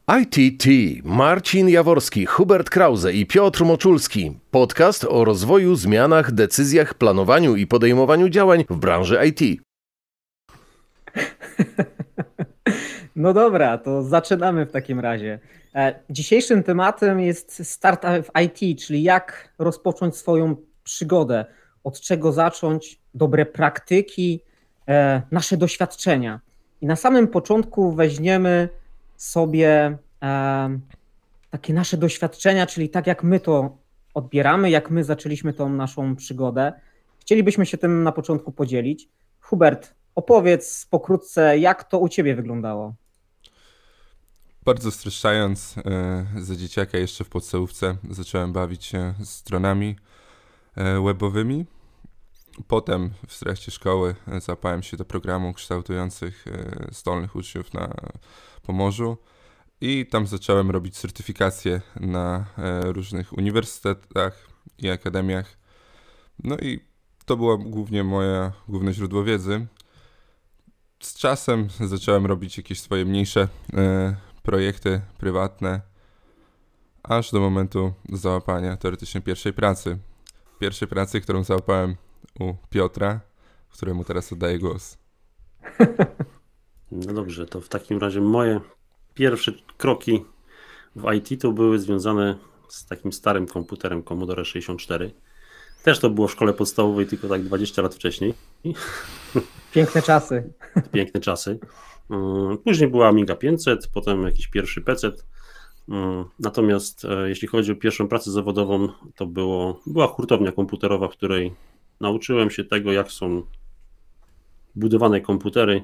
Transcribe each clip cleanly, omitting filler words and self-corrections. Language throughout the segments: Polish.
ITT, Marcin Jaworski, Hubert Krause i Piotr Moczulski. Podcast o rozwoju, zmianach, decyzjach, planowaniu i podejmowaniu działań w branży IT. No dobra, to zaczynamy w takim razie. Dzisiejszym tematem jest start w IT, czyli jak rozpocząć swoją przygodę, od czego zacząć, dobre praktyki, nasze doświadczenia. I na samym początku weźmiemy sobie takie nasze doświadczenia, czyli tak jak my to odbieramy, jak my zaczęliśmy tą naszą przygodę. Chcielibyśmy się tym na początku podzielić. Hubert, opowiedz pokrótce, jak to u Ciebie wyglądało. Bardzo streszczając, za dzieciaka jeszcze w podstawówce zacząłem bawić się stronami webowymi. Potem w trakcie szkoły załapałem się do programów kształtujących zdolnych uczniów na Pomorzu i tam zacząłem robić certyfikacje na różnych uniwersytetach i akademiach. No i to było głównie moje główne źródło wiedzy. Z czasem zacząłem robić jakieś swoje mniejsze projekty prywatne, aż do momentu załapania teoretycznie pierwszej pracy. Pierwszej pracy, którą załapałem u Piotra, któremu teraz oddaję głos. No dobrze, to w takim razie moje pierwsze kroki w IT to były związane z takim starym komputerem Commodore 64. Też to było w szkole podstawowej, tylko tak 20 lat wcześniej. Piękne czasy. Piękne czasy. Później była Amiga 500, potem jakiś pierwszy PC. Natomiast jeśli chodzi o pierwszą pracę zawodową, to była hurtownia komputerowa, w której nauczyłem się tego, jak są budowane komputery,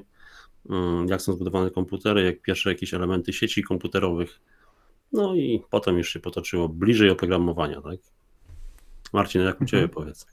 jak pierwsze jakieś elementy sieci komputerowych. No i potem już się potoczyło bliżej oprogramowania, tak? Marcin, jak u Ciebie powiedz?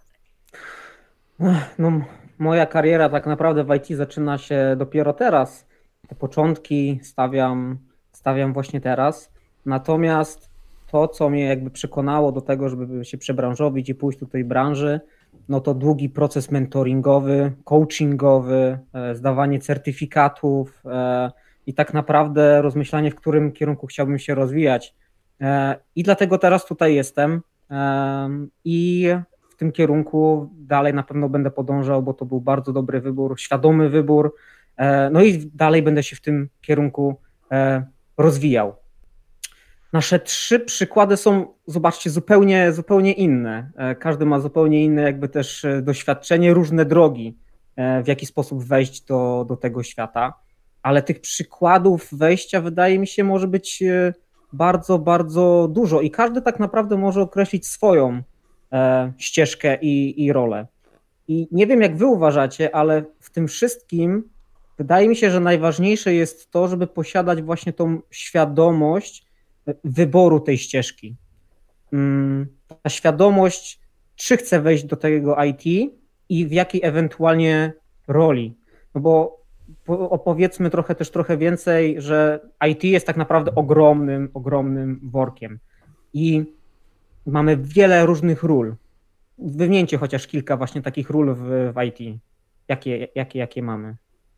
No, moja kariera tak naprawdę w IT zaczyna się dopiero teraz. Te początki stawiam właśnie teraz. Natomiast to, co mnie jakby przekonało do tego, żeby się przebranżowić i pójść do tej branży, no to długi proces mentoringowy, coachingowy, zdawanie certyfikatów i tak naprawdę rozmyślanie, w którym kierunku chciałbym się rozwijać. I dlatego teraz tutaj jestem i w tym kierunku dalej na pewno będę podążał, bo to był bardzo dobry wybór, świadomy wybór, no i dalej będę się w tym kierunku rozwijał. Nasze 3 przykłady są, zobaczcie, zupełnie inne. Każdy ma zupełnie inne jakby też doświadczenie, różne drogi, w jaki sposób wejść do tego świata, ale tych przykładów wejścia wydaje mi się może być bardzo, bardzo dużo i każdy tak naprawdę może określić swoją ścieżkę i rolę. I nie wiem, jak wy uważacie, ale w tym wszystkim wydaje mi się, że najważniejsze jest to, żeby posiadać właśnie tą świadomość wyboru tej ścieżki. Ta świadomość, czy chcę wejść do tego IT i w jakiej ewentualnie roli. No bo opowiedzmy trochę więcej, że IT jest tak naprawdę ogromnym workiem i mamy wiele różnych ról. Wymieńcie chociaż kilka właśnie takich ról w IT. Jakie mamy?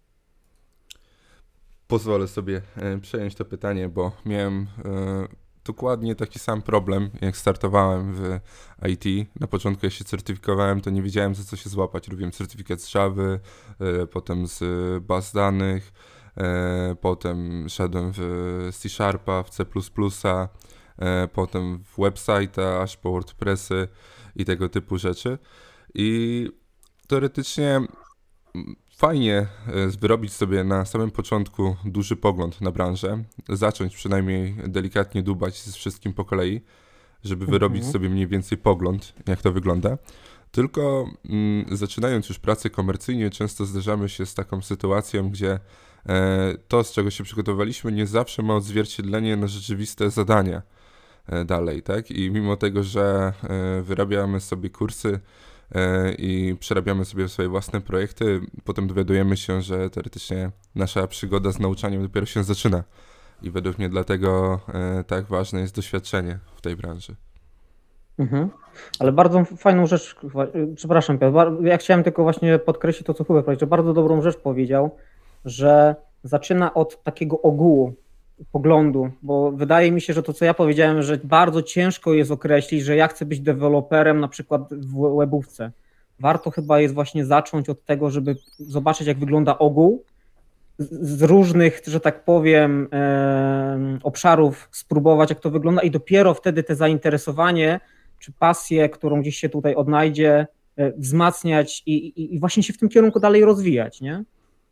Pozwolę sobie przejąć to pytanie, bo miałem dokładnie taki sam problem, jak startowałem w IT. Na początku jak się certyfikowałem, to nie wiedziałem, za co się złapać. Robiłem certyfikat z Java, potem z baz danych, potem szedłem w C#, w C++, potem w website'a, aż po WordPressy i tego typu rzeczy. I teoretycznie fajnie wyrobić sobie na samym początku duży pogląd na branżę, zacząć przynajmniej delikatnie dubać z wszystkim po kolei, żeby wyrobić sobie mniej więcej pogląd, jak to wygląda. Tylko zaczynając już pracę komercyjnie, często zderzamy się z taką sytuacją, gdzie to, z czego się przygotowaliśmy, nie zawsze ma odzwierciedlenie na rzeczywiste zadania dalej, tak? I mimo tego, że wyrabiamy sobie kursy i przerabiamy sobie swoje własne projekty, potem dowiadujemy się, że teoretycznie nasza przygoda z nauczaniem dopiero się zaczyna. I według mnie dlatego tak ważne jest doświadczenie w tej branży. Ale bardzo fajną rzecz, przepraszam Piotr, ja chciałem tylko właśnie podkreślić to, co Hubert powiedział, że bardzo dobrą rzecz powiedział, że zaczyna od takiego ogółu, poglądu, bo wydaje mi się, że to, co ja powiedziałem, że bardzo ciężko jest określić, że ja chcę być deweloperem na przykład w webówce. Warto chyba jest właśnie zacząć od tego, żeby zobaczyć, jak wygląda ogół, z różnych, że tak powiem, obszarów spróbować, jak to wygląda i dopiero wtedy te zainteresowanie czy pasję, którą gdzieś się tutaj odnajdzie, wzmacniać i właśnie się w tym kierunku dalej rozwijać, nie?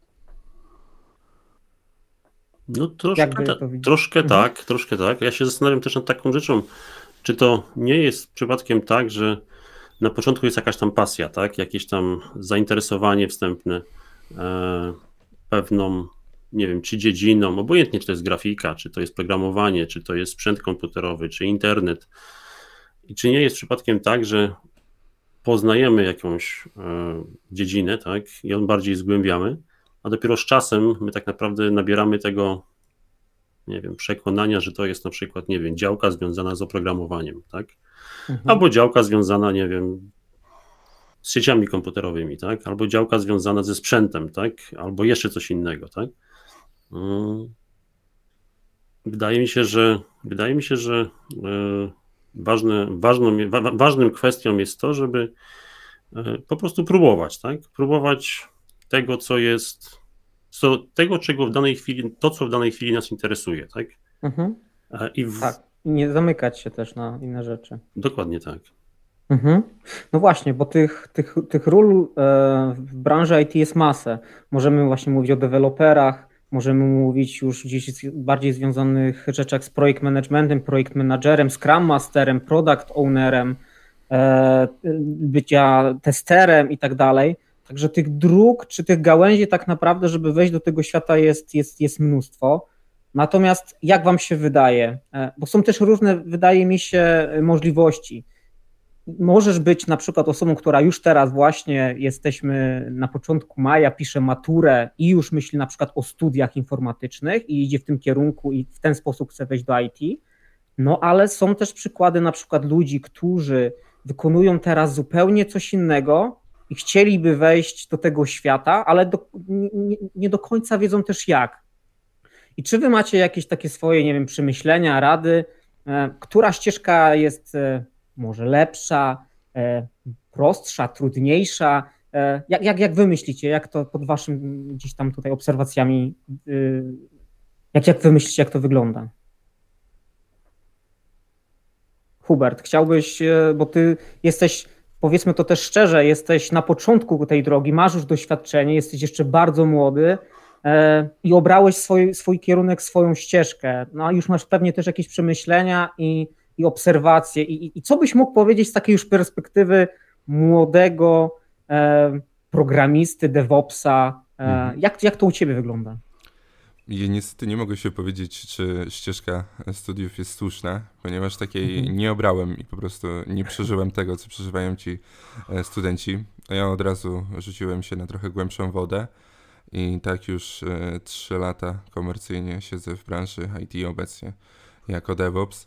No Jakby to widzieć? troszkę tak. Ja się zastanawiam też nad taką rzeczą, czy to nie jest przypadkiem tak, że na początku jest jakaś tam pasja, tak? Jakieś tam zainteresowanie wstępne pewną, nie wiem, czy dziedziną, obojętnie czy to jest grafika, czy to jest programowanie, czy to jest sprzęt komputerowy, czy internet. I czy nie jest przypadkiem tak, że poznajemy jakąś dziedzinę, tak? I ją bardziej zgłębiamy, a dopiero z czasem my tak naprawdę nabieramy tego, nie wiem, przekonania, że to jest na przykład, nie wiem, działka związana z oprogramowaniem, tak? Albo działka związana, nie wiem, z sieciami komputerowymi, tak? Albo działka związana ze sprzętem, tak? Albo jeszcze coś innego, tak? Wydaje mi się, że ważnym kwestią jest to, żeby po prostu próbować, tak? Próbować tego, co jest, tego, czego w danej chwili, to, co w danej chwili nas interesuje, tak? Tak, i nie zamykać się też na inne rzeczy. Dokładnie tak. No właśnie, bo tych ról w branży IT jest masę. Możemy właśnie mówić o deweloperach, możemy mówić już gdzieś bardziej związanych rzeczach z projekt managementem, projekt managerem, scrum masterem, product ownerem, bycia testerem i tak dalej. Także tych dróg czy tych gałęzi tak naprawdę, żeby wejść do tego świata jest mnóstwo. Natomiast jak wam się wydaje, bo są też różne, wydaje mi się, możliwości. Możesz być na przykład osobą, która już teraz właśnie jesteśmy na początku maja, pisze maturę i już myśli na przykład o studiach informatycznych i idzie w tym kierunku i w ten sposób chce wejść do IT. No ale są też przykłady na przykład ludzi, którzy wykonują teraz zupełnie coś innego i chcieliby wejść do tego świata, ale nie do końca wiedzą też jak. I czy wy macie jakieś takie swoje, nie wiem, przemyślenia, rady, która ścieżka jest może lepsza, prostsza, trudniejsza? Jak wy myślicie, jak to pod waszym gdzieś tam tutaj obserwacjami, jak wy myślicie, jak to wygląda? Hubert, chciałbyś, bo ty jesteś, powiedzmy to też szczerze, jesteś na początku tej drogi, masz już doświadczenie, jesteś jeszcze bardzo młody i obrałeś swój kierunek, swoją ścieżkę. No a już masz pewnie też jakieś przemyślenia i obserwacje. I co byś mógł powiedzieć z takiej już perspektywy młodego programisty, DevOpsa? Jak to u ciebie wygląda? Ja niestety nie mogę się powiedzieć, czy ścieżka studiów jest słuszna, ponieważ takiej nie obrałem i po prostu nie przeżyłem tego, co przeżywają ci studenci. Ja od razu rzuciłem się na trochę głębszą wodę i tak już 3 lata komercyjnie siedzę w branży IT obecnie jako DevOps.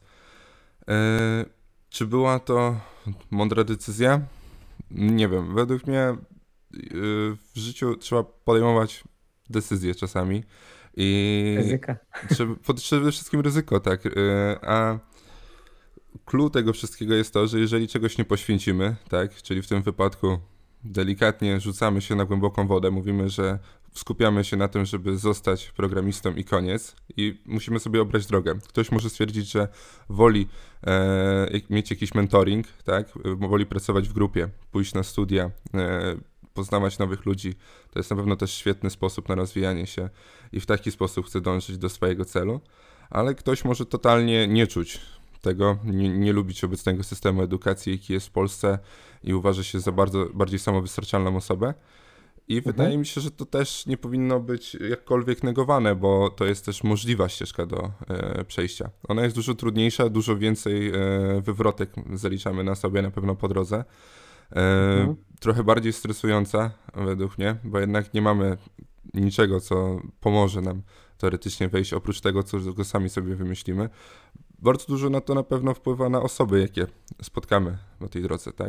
Czy była to mądra decyzja? Nie wiem. Według mnie w życiu trzeba podejmować decyzje czasami. I ryzyka. Przede wszystkim ryzyko, tak. A clue tego wszystkiego jest to, że jeżeli czegoś nie poświęcimy, tak, czyli w tym wypadku delikatnie rzucamy się na głęboką wodę, mówimy, że skupiamy się na tym, żeby zostać programistą i koniec i musimy sobie obrać drogę. Ktoś może stwierdzić, że woli mieć jakiś mentoring, tak, woli pracować w grupie, pójść na studia, poznawać nowych ludzi. To jest na pewno też świetny sposób na rozwijanie się i w taki sposób chce dążyć do swojego celu, ale ktoś może totalnie nie czuć tego, nie lubić obecnego systemu edukacji, jaki jest w Polsce i uważa się za bardziej samowystarczalną osobę. I wydaje mi się, że to też nie powinno być jakkolwiek negowane, bo to jest też możliwa ścieżka do przejścia. Ona jest dużo trudniejsza, dużo więcej wywrotek zaliczamy na sobie na pewno po drodze. Trochę bardziej stresująca według mnie, bo jednak nie mamy niczego, co pomoże nam teoretycznie wejść, oprócz tego, co go sami sobie wymyślimy. Bardzo dużo na to na pewno wpływa na osoby, jakie spotkamy na tej drodze, tak?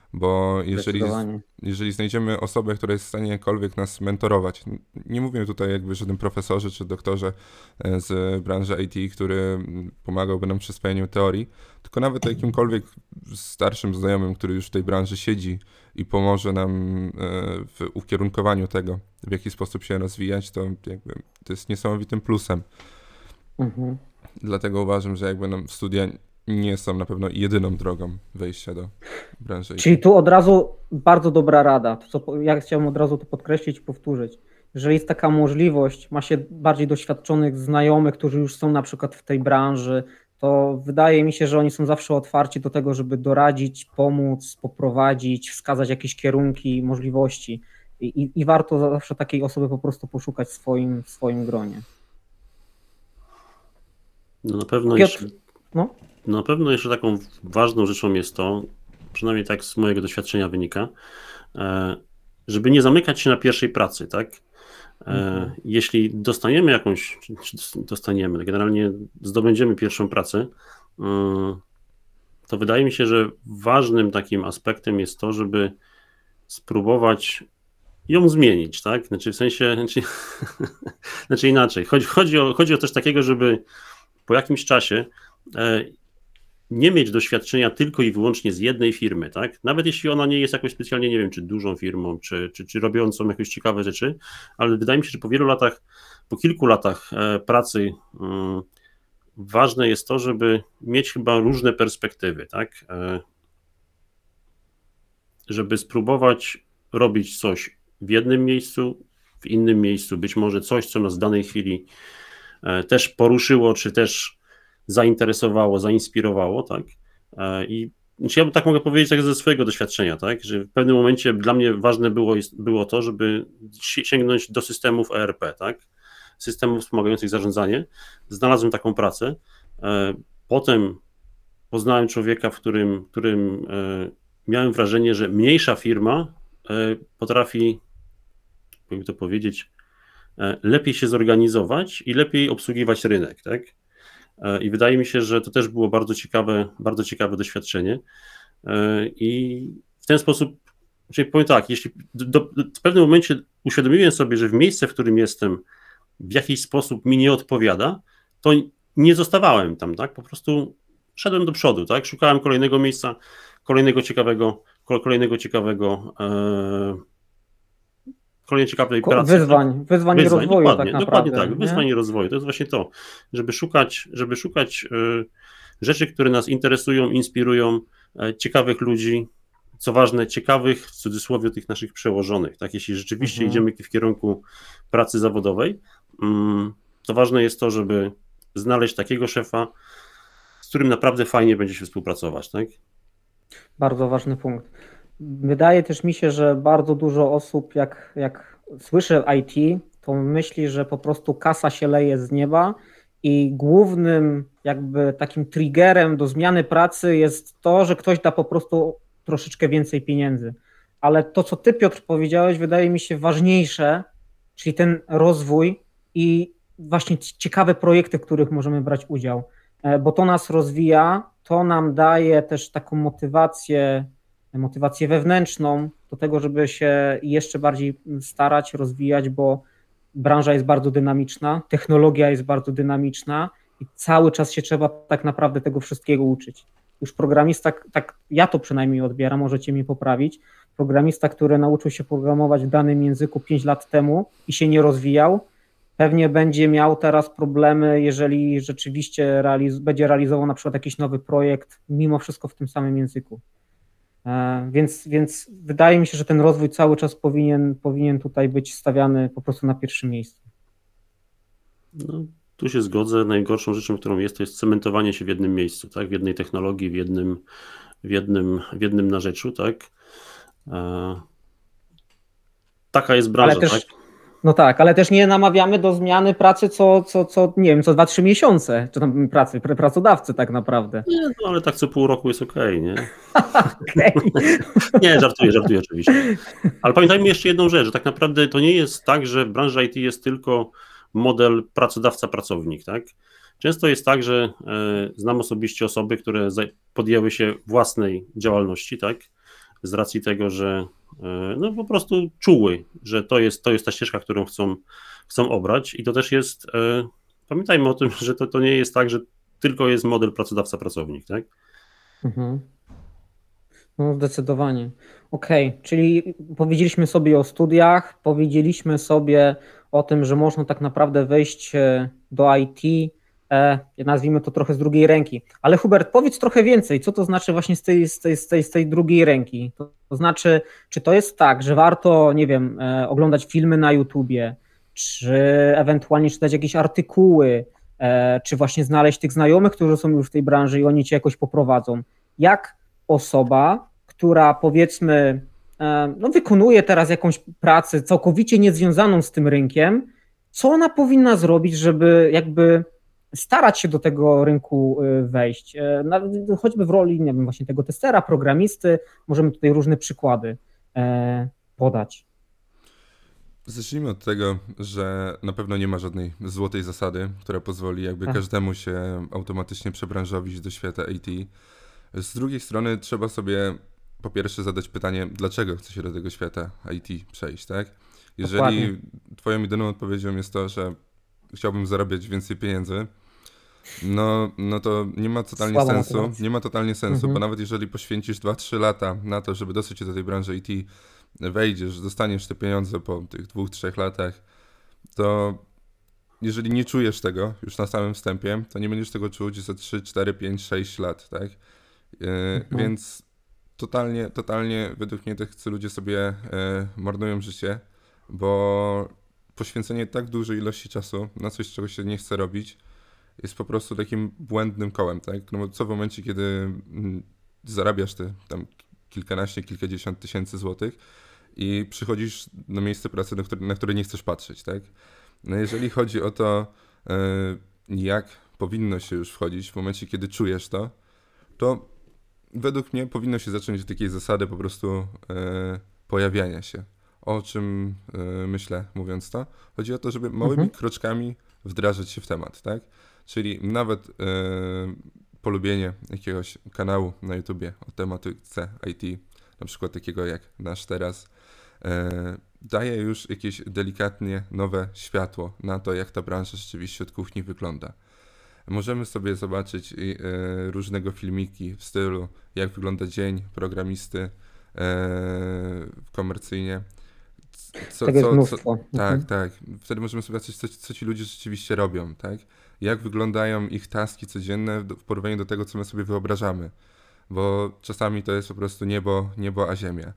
bo Zdecydowanie. jeżeli znajdziemy osobę, która jest w stanie jakkolwiek nas mentorować, nie mówię tutaj jakby żadnym profesorze czy doktorze z branży IT, który pomagałby nam przy spełnieniu teorii, tylko nawet jakimkolwiek starszym znajomym, który już w tej branży siedzi i pomoże nam w ukierunkowaniu tego, w jaki sposób się rozwijać, to jakby to jest niesamowitym plusem. Mhm. Dlatego uważam, że jakby nam studia nie są na pewno jedyną drogą wejścia do branży IT. Czyli tu od razu bardzo dobra rada. Ja chciałem od razu to podkreślić i powtórzyć. Jeżeli jest taka możliwość, ma się bardziej doświadczonych znajomych, którzy już są na przykład w tej branży, to wydaje mi się, że oni są zawsze otwarci do tego, żeby doradzić, pomóc, poprowadzić, wskazać jakieś kierunki, możliwości. I warto zawsze takiej osoby po prostu poszukać w swoim gronie. No na pewno Piotr, na pewno jeszcze taką ważną rzeczą jest to, przynajmniej tak z mojego doświadczenia wynika, żeby nie zamykać się na pierwszej pracy, tak? Jeśli dostaniemy jakąś, generalnie zdobędziemy pierwszą pracę, to wydaje mi się, że ważnym takim aspektem jest to, żeby spróbować ją zmienić, tak? Znaczy w sensie, znaczy inaczej. Chodzi o coś takiego, żeby po jakimś czasie nie mieć doświadczenia tylko i wyłącznie z jednej firmy, tak? Nawet jeśli ona nie jest jakoś specjalnie, nie wiem, czy dużą firmą, czy robiącą jakieś ciekawe rzeczy, ale wydaje mi się, że po kilku latach pracy ważne jest to, żeby mieć chyba różne perspektywy, tak? Żeby spróbować robić coś w jednym miejscu, w innym miejscu, być może coś, co nas w danej chwili też poruszyło, czy też zainteresowało, zainspirowało, tak? I ja tak mogę powiedzieć tak ze swojego doświadczenia, tak? Że w pewnym momencie dla mnie ważne było to, żeby sięgnąć do systemów ERP, tak? Systemów wspomagających zarządzanie. Znalazłem taką pracę. Potem poznałem człowieka, w którym miałem wrażenie, że mniejsza firma potrafi, jakby to powiedzieć, lepiej się zorganizować i lepiej obsługiwać rynek, tak? I wydaje mi się, że to też było bardzo ciekawe doświadczenie. I w ten sposób, czyli powiem tak, jeśli w pewnym momencie uświadomiłem sobie, że w miejsce, w którym jestem, w jakiś sposób mi nie odpowiada, to nie zostawałem tam, tak? Po prostu szedłem do przodu, tak? Szukałem kolejnego miejsca, kolejnej ciekawej pracy. Wyzwań i rozwoju, dokładnie, tak naprawdę. Dokładnie tak, nie? wyzwań i rozwoju. To jest właśnie to, żeby szukać rzeczy, które nas interesują, inspirują, ciekawych ludzi, co ważne, ciekawych, w cudzysłowie, tych naszych przełożonych. Tak? Jeśli rzeczywiście idziemy w kierunku pracy zawodowej, to ważne jest to, żeby znaleźć takiego szefa, z którym naprawdę fajnie będzie się współpracować. Tak? Bardzo ważny punkt. Wydaje też mi się, że bardzo dużo osób, jak słyszy IT, to myśli, że po prostu kasa się leje z nieba i głównym jakby takim triggerem do zmiany pracy jest to, że ktoś da po prostu troszeczkę więcej pieniędzy. Ale to, co ty, Piotr, powiedziałeś, wydaje mi się ważniejsze, czyli ten rozwój i właśnie ciekawe projekty, w których możemy brać udział, bo to nas rozwija, to nam daje też taką motywację wewnętrzną do tego, żeby się jeszcze bardziej starać, rozwijać, bo branża jest bardzo dynamiczna, technologia jest bardzo dynamiczna i cały czas się trzeba tak naprawdę tego wszystkiego uczyć. Już programista, tak ja to przynajmniej odbieram, możecie mnie poprawić, programista, który nauczył się programować w danym języku 5 lat temu i się nie rozwijał, pewnie będzie miał teraz problemy, jeżeli rzeczywiście będzie realizował na przykład jakiś nowy projekt, mimo wszystko w tym samym języku. Więc wydaje mi się, że ten rozwój cały czas powinien tutaj być stawiany po prostu na pierwszym miejscu. No, tu się zgodzę. Najgorszą rzeczą, którą jest, to jest cementowanie się w jednym miejscu, tak? W jednej technologii, w jednym narzeczu, tak? Taka jest branża, tak? No tak, ale też nie namawiamy do zmiany pracy co nie wiem, co 2-3 miesiące, czy tam pracodawcy tak naprawdę. Nie, no ale tak co pół roku jest okej, nie? Okay. Nie, żartuję oczywiście. Ale pamiętajmy jeszcze jedną rzecz, że tak naprawdę to nie jest tak, że w branży IT jest tylko model pracodawca-pracownik, tak? Często jest tak, że znam osobiście osoby, które podjęły się własnej działalności, tak? z racji tego, że no po prostu czuły, że to jest ta ścieżka, którą chcą obrać i to też jest, pamiętajmy o tym, że to nie jest tak, że tylko jest model pracodawca-pracownik, tak? Mhm. No zdecydowanie. Okej, czyli powiedzieliśmy sobie o studiach, powiedzieliśmy sobie o tym, że można tak naprawdę wejść do IT, nazwijmy to trochę z drugiej ręki. Ale Hubert, powiedz trochę więcej, co to znaczy właśnie z tej drugiej ręki? To znaczy, czy to jest tak, że warto, nie wiem, oglądać filmy na YouTubie, czy ewentualnie czytać jakieś artykuły, czy właśnie znaleźć tych znajomych, którzy są już w tej branży i oni cię jakoś poprowadzą. Jak osoba, która powiedzmy no, wykonuje teraz jakąś pracę całkowicie niezwiązaną z tym rynkiem, co ona powinna zrobić, żeby jakby starać się do tego rynku wejść? Choćby w roli, nie wiem, właśnie tego testera, programisty, możemy tutaj różne przykłady podać. Zacznijmy od tego, że na pewno nie ma żadnej złotej zasady, która pozwoli jakby każdemu się automatycznie przebranżowić do świata IT. Z drugiej strony trzeba sobie po pierwsze zadać pytanie, dlaczego chce się do tego świata IT przejść, tak? Jeżeli Dokładnie. twoją jedyną odpowiedzią jest to, że chciałbym zarabiać więcej pieniędzy, no to nie ma totalnie Słaba sensu. motywacja. Nie ma totalnie sensu, bo nawet jeżeli poświęcisz 2-3 lata na to, żeby dostać się do tej branży IT, wejdziesz, dostaniesz te pieniądze po tych 2-3 latach, to jeżeli nie czujesz tego już na samym wstępie, to nie będziesz tego czuć za 3, 4, 5, 6 lat, tak? Więc totalnie według mnie tacy ludzie sobie marnują życie, bo poświęcenie tak dużej ilości czasu na coś, czego się nie chce robić, jest po prostu takim błędnym kołem, tak? No bo co w momencie, kiedy zarabiasz te tam kilkanaście, kilkadziesiąt tysięcy złotych i przychodzisz na miejsce pracy, na które nie chcesz patrzeć, tak? No jeżeli chodzi o to, jak powinno się już wchodzić w momencie, kiedy czujesz to według mnie powinno się zacząć od takiej zasady po prostu pojawiania się. O czym myślę, mówiąc to? Chodzi o to, żeby małymi kroczkami wdrażać się w temat, tak? Czyli nawet polubienie jakiegoś kanału na YouTubie o tematyce IT, na przykład takiego jak nasz teraz, daje już jakieś delikatnie nowe światło na to, jak ta branża rzeczywiście od kuchni wygląda. Możemy sobie zobaczyć różnego filmiki w stylu, jak wygląda dzień programisty komercyjnie. Tego jest mnóstwo. Tak. Wtedy możemy sobie zobaczyć, co ci ludzie rzeczywiście robią, tak? Jak wyglądają ich taski codzienne w porównaniu do tego, co my sobie wyobrażamy. Bo czasami to jest po prostu niebo a ziemia.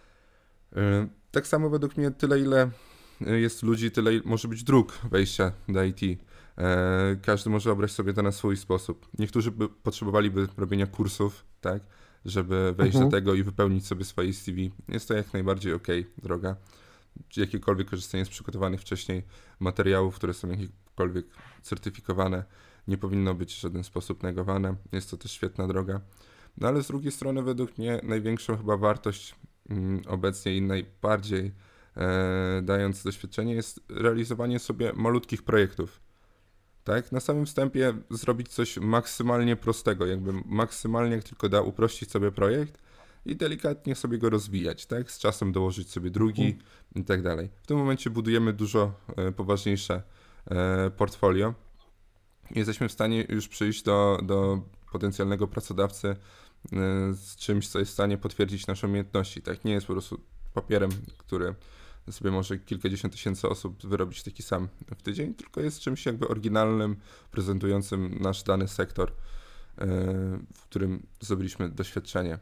Tak samo według mnie tyle, ile jest ludzi, tyle może być dróg wejścia do IT. Każdy może obrać sobie to na swój sposób. Niektórzy potrzebowaliby robienia kursów, tak, żeby wejść do tego i wypełnić sobie swoje CV. Jest to jak najbardziej droga. Jakiekolwiek korzystanie z przygotowanych wcześniej materiałów, które są jakiekolwiek certyfikowane, nie powinno być w żaden sposób negowane. Jest to też świetna droga. No ale z drugiej strony według mnie największą chyba wartość obecnie i najbardziej dając doświadczenie jest realizowanie sobie malutkich projektów. Tak? Na samym wstępie zrobić coś maksymalnie prostego, jakby maksymalnie jak tylko da uprościć sobie projekt i delikatnie sobie go rozwijać, tak? Z czasem dołożyć sobie drugi i tak dalej. W tym momencie budujemy dużo poważniejsze portfolio i jesteśmy w stanie już przyjść do potencjalnego pracodawcy z czymś, co jest w stanie potwierdzić nasze umiejętności. Tak? Nie jest po prostu papierem, który sobie może kilkadziesiąt tysięcy osób wyrobić taki sam w tydzień, tylko jest czymś jakby oryginalnym, prezentującym nasz dany sektor, w którym zdobyliśmy doświadczenie.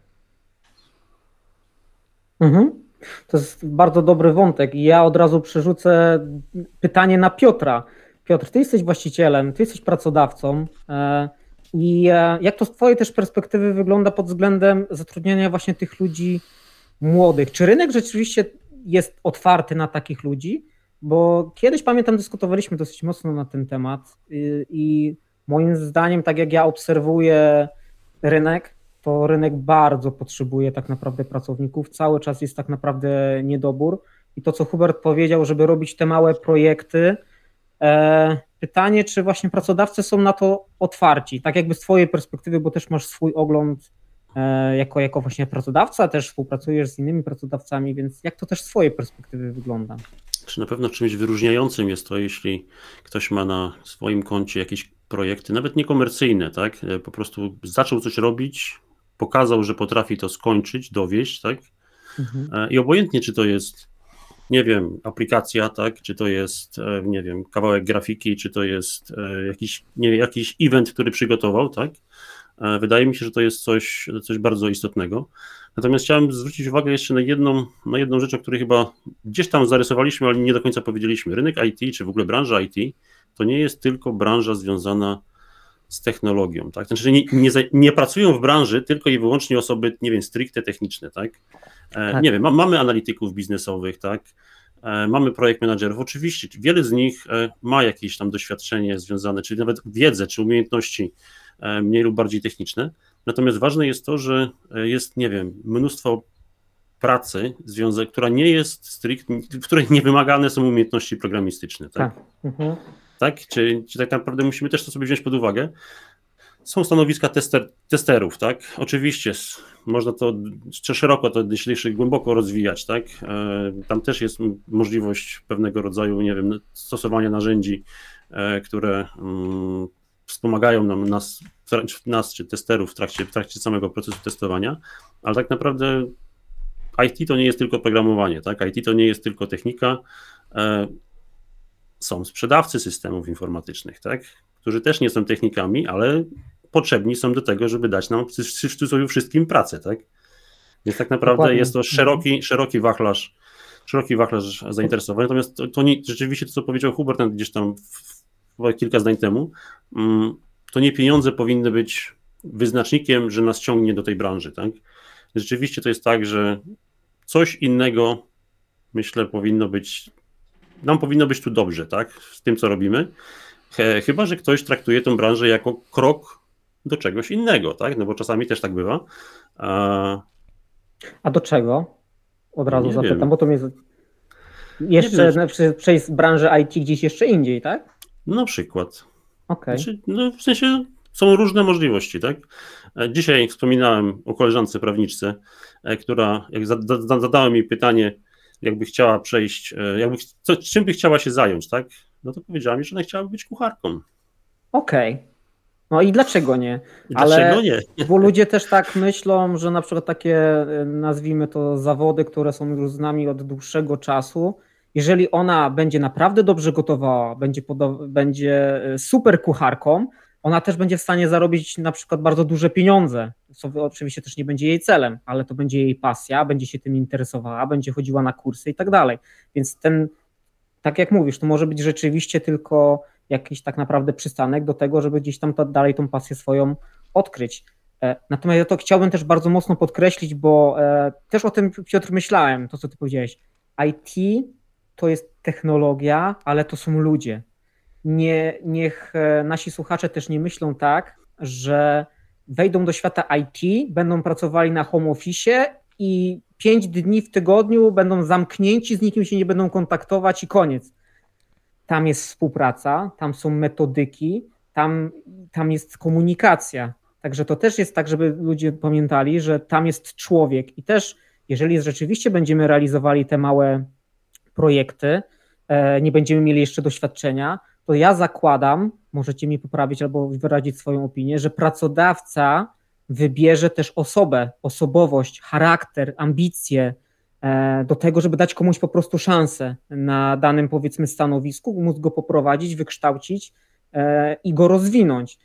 To jest bardzo dobry wątek i ja od razu przerzucę pytanie na Piotra. Piotr, ty jesteś właścicielem, ty jesteś pracodawcą i jak to z twojej też perspektywy wygląda pod względem zatrudniania właśnie tych ludzi młodych? Czy rynek rzeczywiście jest otwarty na takich ludzi? Bo kiedyś, pamiętam, dyskutowaliśmy dosyć mocno na ten temat i moim zdaniem, tak jak ja obserwuję rynek, to rynek bardzo potrzebuje tak naprawdę pracowników. Cały czas jest tak naprawdę niedobór. I to, co Hubert powiedział, żeby robić te małe projekty, pytanie, czy właśnie pracodawcy są na to otwarci, tak jakby z twojej perspektywy, bo też masz swój ogląd jako właśnie pracodawca, też współpracujesz z innymi pracodawcami, więc jak to też z twojej perspektywy wygląda? Czy na pewno czymś wyróżniającym jest to, jeśli ktoś ma na swoim koncie jakieś projekty, nawet niekomercyjne, tak? Po prostu zaczął coś robić, pokazał, że potrafi to skończyć, dowieść, tak? I obojętnie, czy to jest, nie wiem, aplikacja, tak? Czy to jest, nie wiem, kawałek grafiki, czy to jest jakiś event, który przygotował, tak? Wydaje mi się, że to jest coś bardzo istotnego. Natomiast chciałem zwrócić uwagę jeszcze na jedną rzecz, o której chyba gdzieś tam zarysowaliśmy, ale nie do końca powiedzieliśmy. Rynek IT, czy w ogóle branża IT, to nie jest tylko branża związana z technologią, tak? Znaczy nie pracują w branży tylko i wyłącznie osoby, nie wiem, stricte techniczne, tak? Nie wiem, mamy analityków biznesowych, tak? Mamy projekt managerów, oczywiście wiele z nich ma jakieś tam doświadczenie związane, czyli nawet wiedzę, czy umiejętności mniej lub bardziej techniczne, natomiast ważne jest to, że jest, nie wiem, mnóstwo pracy, która nie jest stricte, w której nie wymagane są umiejętności programistyczne, tak? Tak? Czy tak naprawdę musimy też to sobie wziąć pod uwagę? Są stanowiska testerów, tak? Oczywiście można to szeroko, to jeśli głęboko rozwijać, tak? Tam też jest możliwość pewnego rodzaju, nie wiem, stosowania narzędzi, które wspomagają nas czy testerów w trakcie samego procesu testowania, ale tak naprawdę IT to nie jest tylko programowanie, tak? IT to nie jest tylko technika. Są sprzedawcy systemów informatycznych, tak? Którzy też nie są technikami, ale potrzebni są do tego, żeby dać nam w wszystkim pracę, tak? Więc tak naprawdę Dokładnie. Jest to szeroki wachlarz zainteresowań. Natomiast to nie, rzeczywiście to, co powiedział Hubert gdzieś tam kilka zdań temu, to nie pieniądze powinny być wyznacznikiem, że nas ciągnie do tej branży, tak? Rzeczywiście to jest tak, że coś innego, myślę, nam powinno być tu dobrze, tak? Z tym, co robimy. Chyba że ktoś traktuje tę branżę jako krok do czegoś innego, tak? No bo czasami też tak bywa. A do czego? Od razu zapytam, bo to mnie jeszcze przejść z branży IT gdzieś jeszcze indziej, tak? Na przykład. Okay. Znaczy, no w sensie są różne możliwości, tak? Dzisiaj wspominałem o koleżance prawniczce, która jak zadała mi pytanie, jakby chciała przejść, czym by chciała się zająć, tak? No to powiedziała mi, że ona chciałaby być kucharką. Okej. No i dlaczego nie? Dlaczego nie? Bo ludzie też tak myślą, że na przykład takie, nazwijmy to, zawody, które są już z nami od dłuższego czasu, jeżeli ona będzie naprawdę dobrze gotowała, będzie super kucharką, ona też będzie w stanie zarobić na przykład bardzo duże pieniądze, co oczywiście też nie będzie jej celem, ale to będzie jej pasja, będzie się tym interesowała, będzie chodziła na kursy i tak dalej. Więc tak jak mówisz, to może być rzeczywiście tylko jakiś tak naprawdę przystanek do tego, żeby gdzieś tam dalej tą pasję swoją odkryć. Natomiast ja to chciałbym też bardzo mocno podkreślić, bo też o tym, Piotr, myślałem, to co ty powiedziałeś. IT to jest technologia, ale to są ludzie. Niech nasi słuchacze też nie myślą tak, że wejdą do świata IT, będą pracowali na home office i 5 dni w tygodniu będą zamknięci, z nikim się nie będą kontaktować i koniec. Tam jest współpraca, tam są metodyki, tam jest komunikacja. Także to też jest tak, żeby ludzie pamiętali, że tam jest człowiek i też jeżeli rzeczywiście będziemy realizowali te małe projekty, nie będziemy mieli jeszcze doświadczenia, to ja zakładam, możecie mi poprawić albo wyrazić swoją opinię, że pracodawca wybierze też osobowość, charakter, ambicje do tego, żeby dać komuś po prostu szansę na danym, powiedzmy, stanowisku, móc go poprowadzić, wykształcić i go rozwinąć.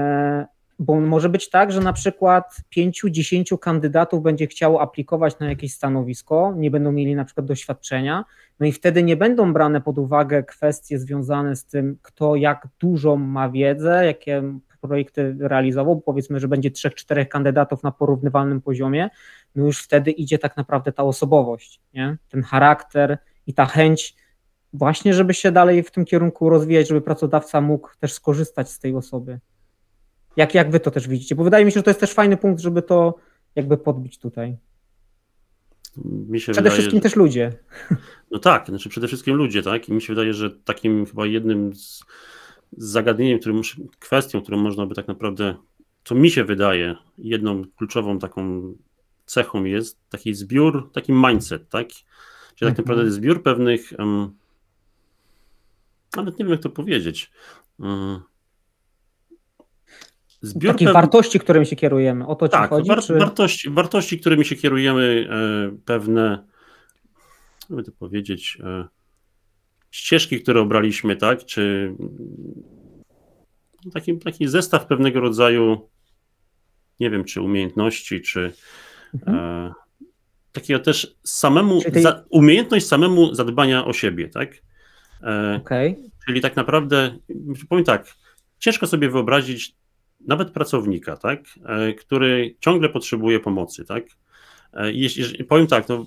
Bo może być tak, że na przykład 5-10 kandydatów będzie chciało aplikować na jakieś stanowisko, nie będą mieli na przykład doświadczenia, no i wtedy nie będą brane pod uwagę kwestie związane z tym, kto jak dużą ma wiedzę, jakie projekty realizował, bo powiedzmy, że będzie 3-4 kandydatów na porównywalnym poziomie, no już wtedy idzie tak naprawdę ta osobowość, nie? Ten charakter i ta chęć właśnie, żeby się dalej w tym kierunku rozwijać, żeby pracodawca mógł też skorzystać z tej osoby. Jak wy to też widzicie? Bo wydaje mi się, że to jest też fajny punkt, żeby to jakby podbić tutaj. Przede wszystkim też ludzie. No tak, znaczy przede wszystkim ludzie, tak? I mi się wydaje, że takim chyba jednym z zagadnieniem, kwestią, którą można by tak naprawdę co mi się wydaje, jedną kluczową taką cechą jest taki zbiór, taki mindset, tak? Czyli tak naprawdę zbiór pewnych, nawet nie wiem jak to powiedzieć, zbiór takich wartości, którymi się kierujemy, o to ci chodzi? Wartości, którymi się kierujemy, pewne, jakby to powiedzieć, ścieżki, które obraliśmy, tak? Czy taki zestaw pewnego rodzaju, nie wiem, czy umiejętności, czy takiego też umiejętność samemu zadbania o siebie, tak? Czyli tak naprawdę, powiem tak, ciężko sobie wyobrazić nawet pracownika, tak? Który ciągle potrzebuje pomocy, tak? Powiem tak, no,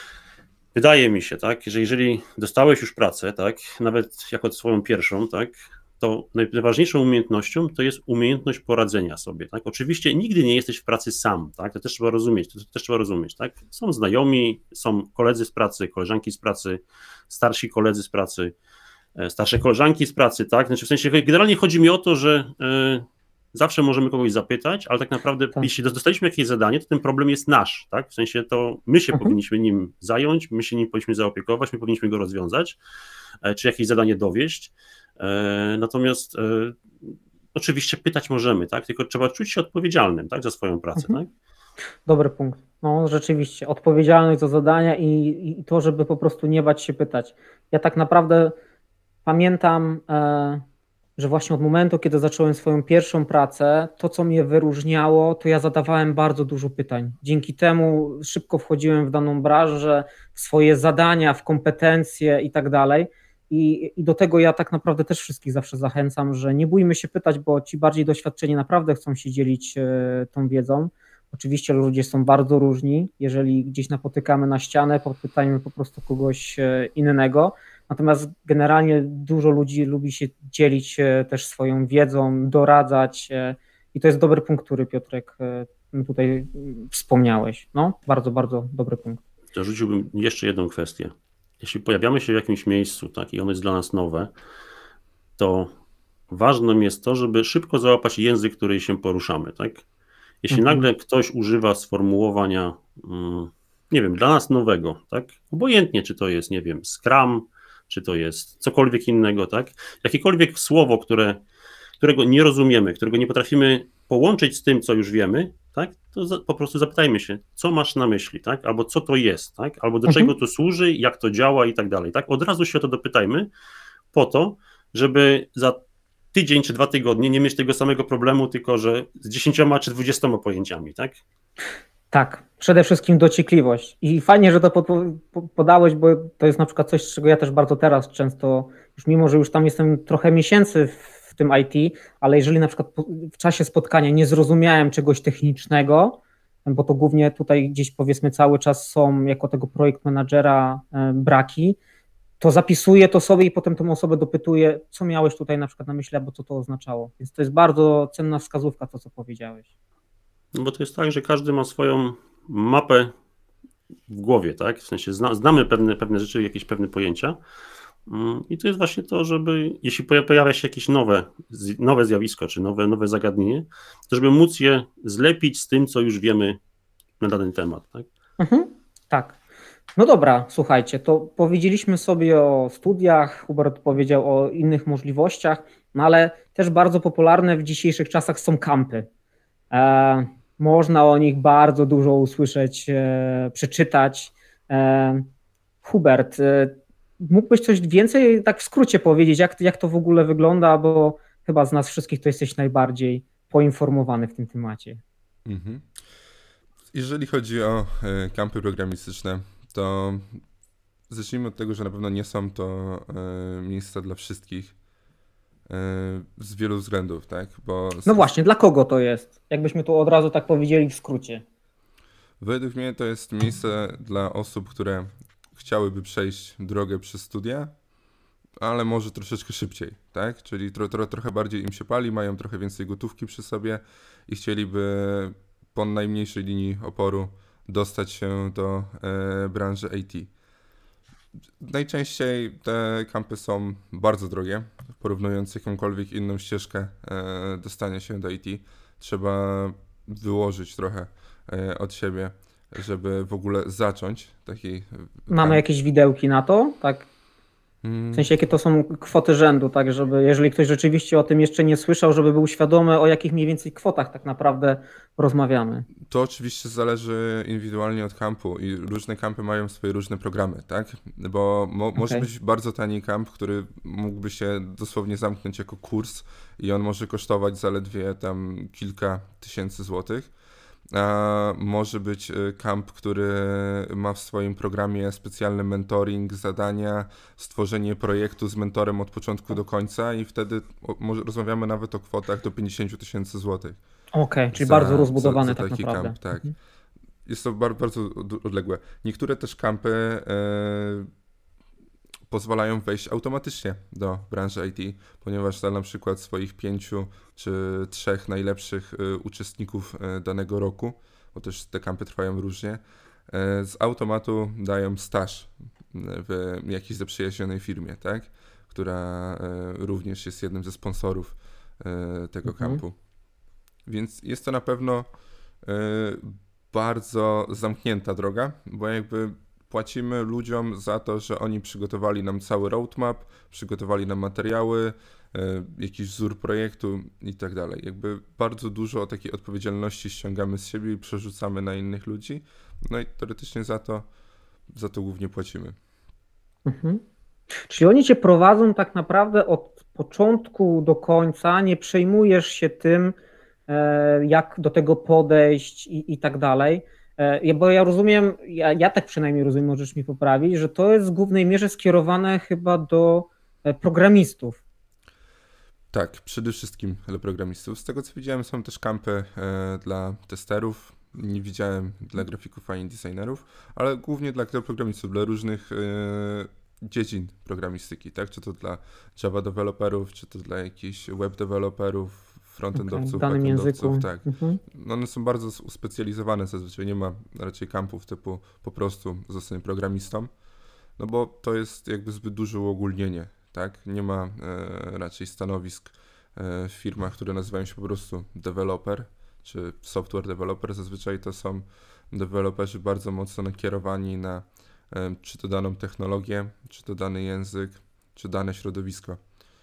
wydaje mi się, tak, że jeżeli dostałeś już pracę, tak, nawet jako swoją pierwszą, tak, to najważniejszą umiejętnością to jest umiejętność poradzenia sobie, tak. Oczywiście nigdy nie jesteś w pracy sam, tak, to też trzeba rozumieć, tak. Są znajomi, są koledzy z pracy, koleżanki z pracy, starsi koledzy z pracy, starsze koleżanki z pracy, tak, znaczy w sensie generalnie chodzi mi o to, że zawsze możemy kogoś zapytać, ale tak naprawdę jeśli dostaliśmy jakieś zadanie, to ten problem jest nasz, tak? W sensie to my się powinniśmy nim zająć, my się nim powinniśmy zaopiekować, my powinniśmy go rozwiązać, czy jakieś zadanie dowieść. Natomiast oczywiście pytać możemy, tak? Tylko trzeba czuć się odpowiedzialnym, tak? Za swoją pracę, tak? Dobry punkt. No rzeczywiście, odpowiedzialność za zadania i to, żeby po prostu nie bać się pytać. Ja tak naprawdę pamiętam, że właśnie od momentu, kiedy zacząłem swoją pierwszą pracę, to co mnie wyróżniało, to ja zadawałem bardzo dużo pytań. Dzięki temu szybko wchodziłem w daną branżę, w swoje zadania, w kompetencje i tak dalej. I do tego ja tak naprawdę też wszystkich zawsze zachęcam, że nie bójmy się pytać, bo ci bardziej doświadczeni naprawdę chcą się dzielić tą wiedzą. Oczywiście ludzie są bardzo różni. Jeżeli gdzieś napotykamy na ścianę, podpytajmy po prostu kogoś innego. Natomiast generalnie dużo ludzi lubi się dzielić też swoją wiedzą, doradzać i to jest dobry punkt, który Piotrek tutaj wspomniałeś. No, bardzo, bardzo dobry punkt. Zarzuciłbym jeszcze jedną kwestię. Jeśli pojawiamy się w jakimś miejscu, tak, i ono jest dla nas nowe, to ważnym jest to, żeby szybko załapać język, który się poruszamy, tak? Jeśli nagle ktoś używa sformułowania, nie wiem, dla nas nowego, tak? Obojętnie, czy to jest, nie wiem, Scrum, czy to jest cokolwiek innego, tak? Jakiekolwiek słowo, którego nie rozumiemy, którego nie potrafimy połączyć z tym, co już wiemy, tak? To po prostu zapytajmy się, co masz na myśli, tak? Albo co to jest, tak? Albo do czego to służy, jak to działa i tak dalej, tak? Od razu się o to dopytajmy po to, żeby za tydzień czy 2 tygodnie nie mieć tego samego problemu, tylko że z 10 czy 20 pojęciami, tak? Tak, przede wszystkim dociekliwość i fajnie, że to podałeś, bo to jest na przykład coś, czego ja też bardzo teraz często, już mimo, że już tam jestem trochę miesięcy w tym IT, ale jeżeli na przykład w czasie spotkania nie zrozumiałem czegoś technicznego, bo to głównie tutaj gdzieś powiedzmy cały czas są jako tego projekt managera braki, to zapisuję to sobie i potem tą osobę dopytuję, co miałeś tutaj na przykład na myśli, albo co to oznaczało. Więc to jest bardzo cenna wskazówka, to co powiedziałeś. No bo to jest tak, że każdy ma swoją mapę w głowie, tak? W sensie znamy pewne rzeczy, jakieś pewne pojęcia i to jest właśnie to, żeby jeśli pojawia się jakieś nowe zjawisko, czy nowe zagadnienie, to żeby móc je zlepić z tym, co już wiemy na dany temat, tak? Tak. No dobra, słuchajcie, to powiedzieliśmy sobie o studiach, Hubert powiedział o innych możliwościach, no ale też bardzo popularne w dzisiejszych czasach są kampy. Można o nich bardzo dużo usłyszeć, przeczytać. Hubert, mógłbyś coś więcej tak w skrócie powiedzieć, jak to w ogóle wygląda, bo chyba z nas wszystkich to jesteś najbardziej poinformowany w tym temacie. Jeżeli chodzi o kampy programistyczne, to zacznijmy od tego, że na pewno nie są to miejsca dla wszystkich z wielu względów, tak? No właśnie, dla kogo to jest? Jakbyśmy tu od razu tak powiedzieli w skrócie. Według mnie to jest miejsce dla osób, które chciałyby przejść drogę przez studia, ale może troszeczkę szybciej, tak? Czyli trochę bardziej im się pali, mają trochę więcej gotówki przy sobie i chcieliby po najmniejszej linii oporu dostać się do branży IT. Najczęściej te kampy są bardzo drogie, porównując jakąkolwiek inną ścieżkę dostania się do IT. trzeba wyłożyć trochę od siebie, żeby w ogóle zacząć taki Mamy kamp. jakieś widełki na to, tak? W sensie, jakie to są kwoty rzędu, tak, żeby jeżeli ktoś rzeczywiście o tym jeszcze nie słyszał, żeby był świadomy, o jakich mniej więcej kwotach tak naprawdę rozmawiamy. To oczywiście zależy indywidualnie od kampu i różne kampy mają swoje różne programy, tak? Bo może być bardzo tani kamp, który mógłby się dosłownie zamknąć jako kurs i on może kosztować zaledwie tam kilka tysięcy złotych. A może być kamp, który ma w swoim programie specjalny mentoring, zadania, stworzenie projektu z mentorem od początku do końca i wtedy rozmawiamy nawet o kwotach do 50 tysięcy złotych. Okej, czyli bardzo rozbudowany za tak taki naprawdę. kamp, tak. Jest to bardzo odległe. Niektóre też kampy pozwalają wejść automatycznie do branży IT, ponieważ na przykład swoich 5 czy 3 najlepszych uczestników danego roku, bo też te kampy trwają różnie, z automatu dają staż w jakiejś zaprzyjaźnionej firmie, tak? Która również jest jednym ze sponsorów tego kampu. Więc jest to na pewno bardzo zamknięta droga, bo jakby płacimy ludziom za to, że oni przygotowali nam cały roadmap, przygotowali nam materiały, jakiś wzór projektu i tak dalej. Jakby bardzo dużo takiej odpowiedzialności ściągamy z siebie i przerzucamy na innych ludzi, no i teoretycznie za to głównie płacimy. Czyli oni cię prowadzą tak naprawdę od początku do końca, nie przejmujesz się tym, jak do tego podejść i tak dalej. Bo ja rozumiem, ja tak przynajmniej rozumiem, możesz mi poprawić, że to jest w głównej mierze skierowane chyba do programistów. Tak, przede wszystkim dla programistów. Z tego co widziałem, są też kampy dla testerów. Nie widziałem dla grafików ani designerów, ale głównie dla programistów, dla różnych dziedzin programistyki, tak? Czy to dla Java deweloperów, czy to dla jakichś web deweloperów, frontendowców, backendowców, tak. One są bardzo uspecjalizowane, zazwyczaj nie ma raczej kampów typu po prostu zostań programistą, no bo to jest jakby zbyt duże uogólnienie, tak? Nie ma raczej stanowisk w firmach, które nazywają się po prostu developer, czy software developer. Zazwyczaj to są deweloperzy bardzo mocno nakierowani na czy to daną technologię, czy to dany język, czy dane środowisko.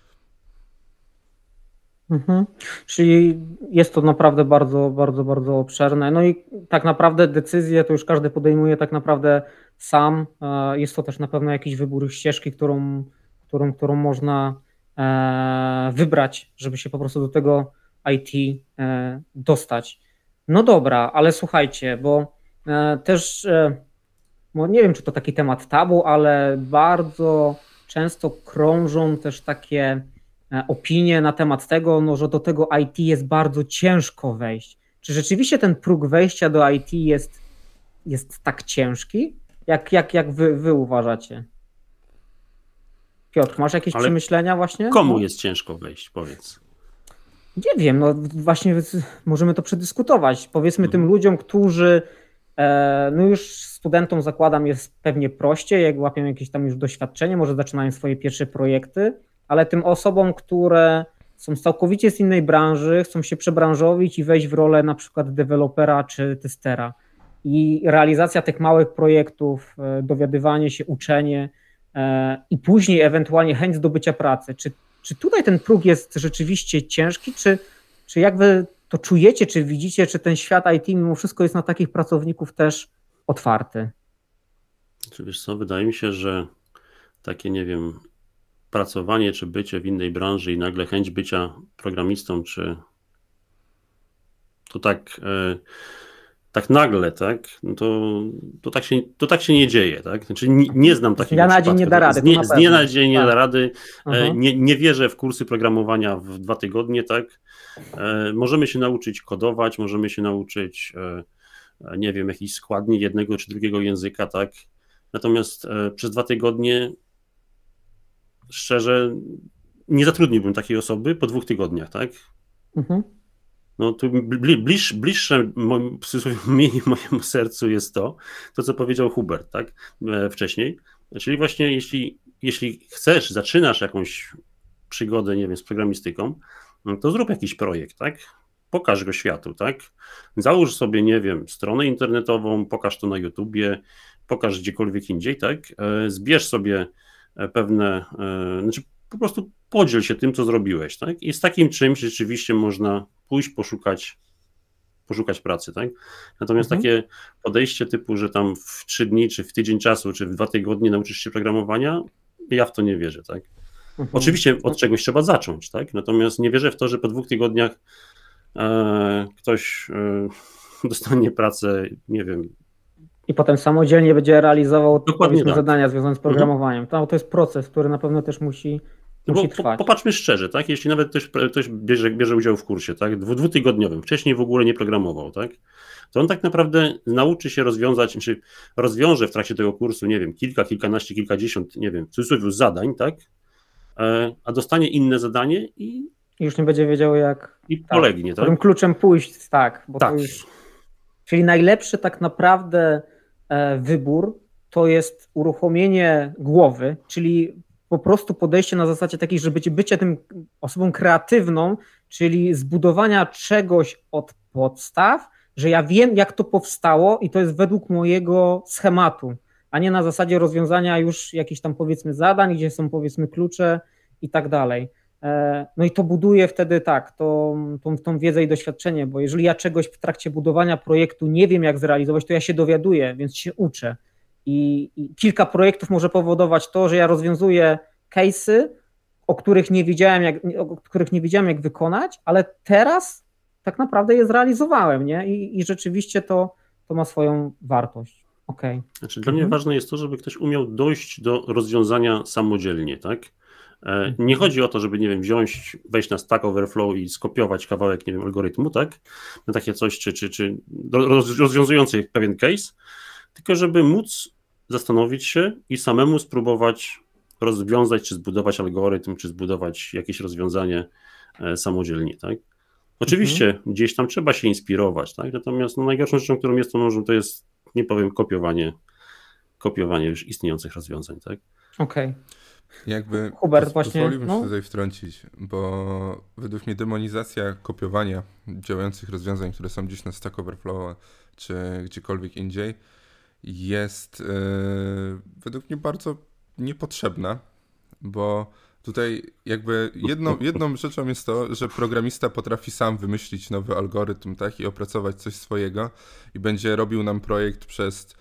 Czyli jest to naprawdę bardzo, bardzo, bardzo obszerne. No i tak naprawdę decyzję to już każdy podejmuje tak naprawdę sam. Jest to też na pewno jakiś wybór ścieżki, którą można wybrać, żeby się po prostu do tego IT dostać. No dobra, ale słuchajcie, bo też nie wiem, czy to taki temat tabu, ale bardzo często krążą też takie opinie na temat tego, no, że do tego IT jest bardzo ciężko wejść. Czy rzeczywiście ten próg wejścia do IT jest tak ciężki? Jak wy uważacie? Piotr, masz jakieś przemyślenia właśnie? Komu jest ciężko wejść, powiedz? Nie wiem, no właśnie możemy to przedyskutować. Powiedzmy tym ludziom, którzy no już studentom zakładam jest pewnie prościej, jak łapią jakieś tam już doświadczenie, może zaczynają swoje pierwsze projekty, ale tym osobom, które są całkowicie z innej branży, chcą się przebranżowić i wejść w rolę na przykład dewelopera czy testera. I realizacja tych małych projektów, dowiadywanie się, uczenie i później ewentualnie chęć zdobycia pracy. Czy tutaj ten próg jest rzeczywiście ciężki, czy jak wy to czujecie, czy widzicie, czy ten świat IT mimo wszystko jest na takich pracowników też otwarty? Czy wiesz co, wydaje mi się, że takie, nie wiem, pracowanie czy bycie w innej branży i nagle chęć bycia programistą, czy to tak nagle, tak? No to tak się nie dzieje, tak? Znaczy nie znam takiego dnia na dzień nie da rady. Z dnia na dzień nie da rady. Nie wierzę w kursy programowania w 2 tygodnie, tak? Możemy się nauczyć kodować, możemy się nauczyć, nie wiem, jakiś składnik jednego czy drugiego języka, tak? Natomiast przez 2 tygodnie szczerze nie zatrudniłbym takiej osoby po 2 tygodniach, tak? No tu bliższe mojemu sercu jest to, co powiedział Hubert, tak, wcześniej. Czyli właśnie jeśli zaczynasz jakąś przygodę, nie wiem, z programistyką, to zrób jakiś projekt, tak? pokaż go światu, tak? Załóż sobie, nie wiem, stronę internetową, pokaż to na YouTubie, pokaż gdziekolwiek indziej, tak? Zbierz sobie pewne, znaczy po prostu podziel się tym, co zrobiłeś, tak? I z takim czymś rzeczywiście można pójść poszukać pracy, tak? Natomiast takie podejście typu, że tam w 3 dni, czy w tydzień czasu, czy w 2 tygodnie nauczysz się programowania, ja w to nie wierzę, tak? Oczywiście od czegoś trzeba zacząć, tak? Natomiast nie wierzę w to, że po 2 tygodniach ktoś dostanie pracę, nie wiem. I potem samodzielnie będzie realizował Tak. zadania związane z programowaniem. To jest proces, który na pewno też musi trwać. Popatrzmy szczerze, tak? Jeśli nawet ktoś bierze udział w kursie, tak? 2-tygodniowym, wcześniej w ogóle nie programował, tak? To on tak naprawdę nauczy się rozwiązać, czy rozwiąże w trakcie tego kursu, nie wiem, kilkanaście, kilkadziesiąt, nie wiem, w cudzysłowie zadań, tak? A dostanie inne zadanie i już nie będzie wiedział, jak polegnie, tak? Którym kluczem pójść, tak. Bo tak. To już... Czyli najlepszy tak naprawdę wybór to jest uruchomienie głowy, czyli po prostu podejście na zasadzie takiej, że bycie tym osobą kreatywną, czyli zbudowania czegoś od podstaw, że ja wiem, jak to powstało i to jest według mojego schematu, a nie na zasadzie rozwiązania już jakichś tam powiedzmy zadań, gdzie są powiedzmy klucze i tak dalej. No i to buduje wtedy tą wiedzę i doświadczenie, bo jeżeli ja czegoś w trakcie budowania projektu nie wiem, jak zrealizować, to ja się dowiaduję, więc się uczę. I kilka projektów może powodować to, że ja rozwiązuję case'y, o których nie wiedziałem, jak wykonać, ale teraz tak naprawdę je zrealizowałem, nie? I rzeczywiście to ma swoją wartość. Okay. Znaczy, dla mnie ważne jest to, żeby ktoś umiał dojść do rozwiązania samodzielnie, tak? Nie chodzi o to, żeby, nie wiem, wejść na Stack Overflow i skopiować kawałek, nie wiem, algorytmu, tak? Na takie coś, czy rozwiązujący pewien case, tylko żeby móc zastanowić się i samemu spróbować rozwiązać, czy zbudować algorytm, czy zbudować jakieś rozwiązanie samodzielnie, tak? Oczywiście gdzieś tam trzeba się inspirować, tak? Natomiast najgorszą rzeczą, którą jest to jest, nie powiem, kopiowanie już istniejących rozwiązań, tak? Okej. Jakby Hubert właśnie, pozwoliłbym się tutaj wtrącić, bo według mnie demonizacja kopiowania działających rozwiązań, które są gdzieś na Stack Overflow czy gdziekolwiek indziej, jest według mnie bardzo niepotrzebna, bo tutaj jakby jedną rzeczą jest to, że programista potrafi sam wymyślić nowy algorytm, tak, i opracować coś swojego i będzie robił nam projekt przez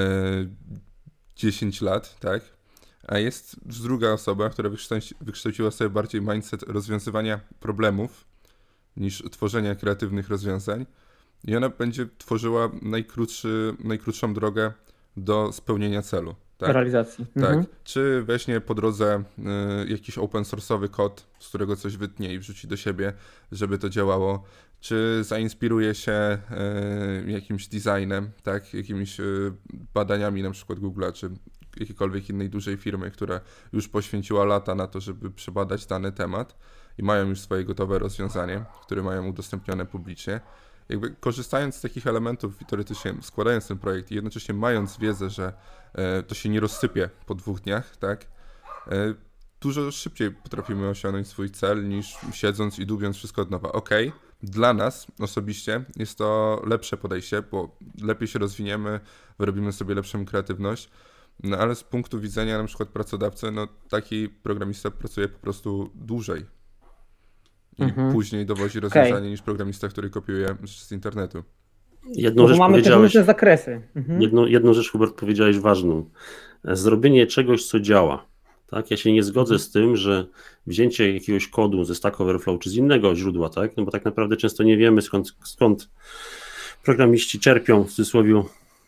10 lat, tak? A jest druga osoba, która wykształciła sobie bardziej mindset rozwiązywania problemów niż tworzenia kreatywnych rozwiązań i ona będzie tworzyła najkrótszą drogę do spełnienia celu. Tak? Realizacji. Tak. Czy weźmie po drodze jakiś open source'owy kod, z którego coś wytnie i wrzuci do siebie, żeby to działało, czy zainspiruje się jakimś designem, tak? Jakimiś badaniami na przykład Google'a, czy jakiejkolwiek innej dużej firmy, która już poświęciła lata na to, żeby przebadać dany temat i mają już swoje gotowe rozwiązanie, które mają udostępnione publicznie. Jakby korzystając z takich elementów i teoretycznie składając ten projekt i jednocześnie mając wiedzę, że to się nie rozsypie po 2 dniach, tak, dużo szybciej potrafimy osiągnąć swój cel niż siedząc i dłubiąc wszystko od nowa. Okej, dla nas osobiście jest to lepsze podejście, bo lepiej się rozwiniemy, wyrobimy sobie lepszą kreatywność, no ale z punktu widzenia na przykład pracodawcy, no taki programista pracuje po prostu dłużej i później dowozi rozwiązanie niż programista, który kopiuje z internetu. Mamy też różne zakresy. Jedną rzecz, Hubert, powiedziałeś ważną. Zrobienie czegoś, co działa. Tak? Ja się nie zgodzę z tym, że wzięcie jakiegoś kodu ze Stack Overflow czy z innego źródła, tak? No bo tak naprawdę często nie wiemy, skąd programiści czerpią, w cudzysłowie,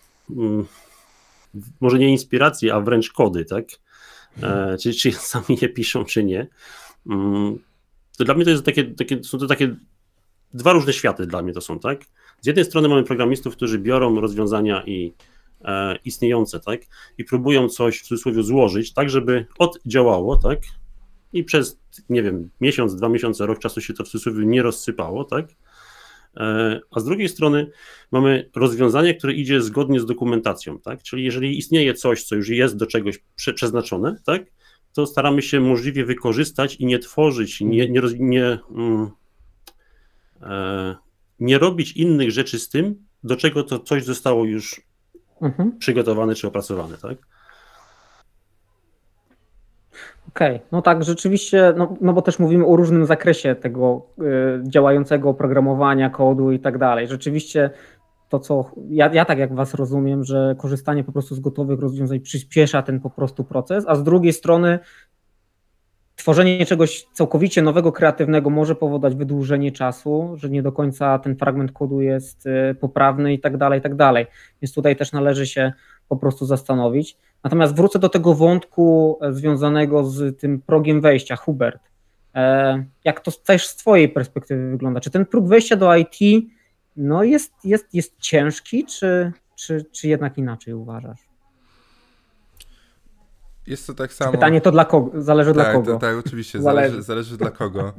może nie inspiracje, a wręcz kody, tak? Czy sami je piszą, czy nie. To dla mnie to jest są to takie 2 różne światy dla mnie to są, tak? Z jednej strony mamy programistów, którzy biorą rozwiązania istniejące, tak? I próbują coś w cudzysłowie złożyć, tak, żeby oddziałało, tak? I przez, nie wiem, miesiąc, 2 miesiące, rok czasu się to w cudzysłowie nie rozsypało, tak? A z drugiej strony mamy rozwiązanie, które idzie zgodnie z dokumentacją, tak? Czyli jeżeli istnieje coś, co już jest do czegoś przeznaczone, tak? To staramy się możliwie wykorzystać i nie tworzyć, nie robić innych rzeczy z tym, do czego to coś zostało już przygotowane czy opracowane, tak? Okej, no tak, rzeczywiście, no bo też mówimy o różnym zakresie tego działającego oprogramowania, kodu i tak dalej. Rzeczywiście to, co ja tak jak was rozumiem, że korzystanie po prostu z gotowych rozwiązań przyspiesza ten po prostu proces, a z drugiej strony tworzenie czegoś całkowicie nowego, kreatywnego może powodować wydłużenie czasu, że nie do końca ten fragment kodu jest poprawny i tak dalej. Więc tutaj też należy się po prostu zastanowić. Natomiast wrócę do tego wątku związanego z tym progiem wejścia, Hubert. Jak to też z twojej perspektywy wygląda? Czy ten próg wejścia do IT no jest ciężki, czy jednak inaczej uważasz? Jest to tak samo. Pytanie to dla kogo? Zależy dla kogo. Tak, oczywiście, zależy dla kogo.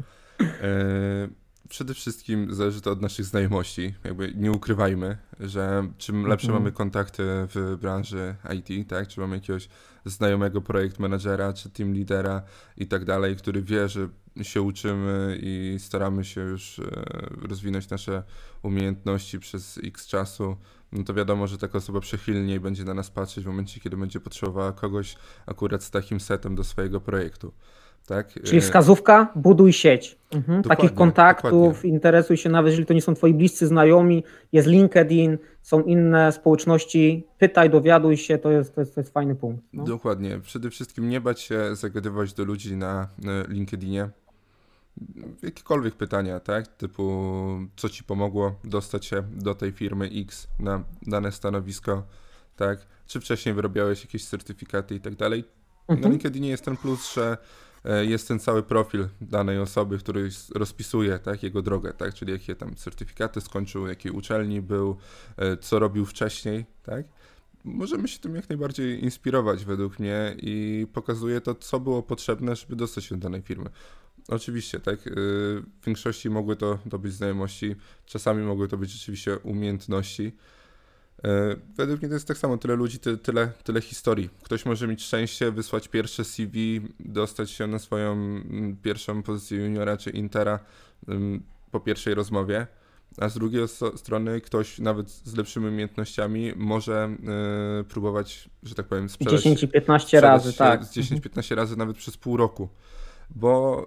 Przede wszystkim zależy to od naszych znajomości. Jakby nie ukrywajmy, że czym lepsze mamy kontakty w branży IT, tak? Czy mamy jakiegoś znajomego projekt managera, czy team lidera i tak dalej, który wie, że się uczymy i staramy się już rozwinąć nasze umiejętności przez x czasu, no to wiadomo, że taka osoba przychylniej będzie na nas patrzeć w momencie, kiedy będzie potrzebowała kogoś akurat z takim setem do swojego projektu. Tak? Czyli wskazówka, buduj sieć. Takich kontaktów, dokładnie. Interesuj się, nawet jeżeli to nie są twoi bliscy znajomi, jest LinkedIn, są inne społeczności, pytaj, dowiaduj się, to jest fajny punkt. No. Dokładnie. Przede wszystkim nie bać się zagadywać do ludzi na LinkedInie. Jakiekolwiek pytania, tak? Typu co ci pomogło dostać się do tej firmy X na dane stanowisko, tak? Czy wcześniej wyrabiałeś jakieś certyfikaty i tak dalej. Na LinkedInie jest ten plus, że jest ten cały profil danej osoby, który rozpisuje, tak, jego drogę, tak, czyli jakie tam certyfikaty skończył, jakiej uczelni był, co robił wcześniej, tak. Możemy się tym jak najbardziej inspirować według mnie i pokazuje to, co było potrzebne, żeby dostać się do danej firmy. Oczywiście, tak, w większości mogły to być znajomości, czasami mogły to być rzeczywiście umiejętności. Według mnie to jest tak samo, tyle ludzi, tyle historii. Ktoś może mieć szczęście, wysłać pierwsze CV, dostać się na swoją pierwszą pozycję juniora czy intera po pierwszej rozmowie, a z drugiej strony ktoś nawet z lepszymi umiejętnościami może próbować, że tak powiem, sprzedać 10-15 razy, tak. Z 10-15 razy nawet przez pół roku, bo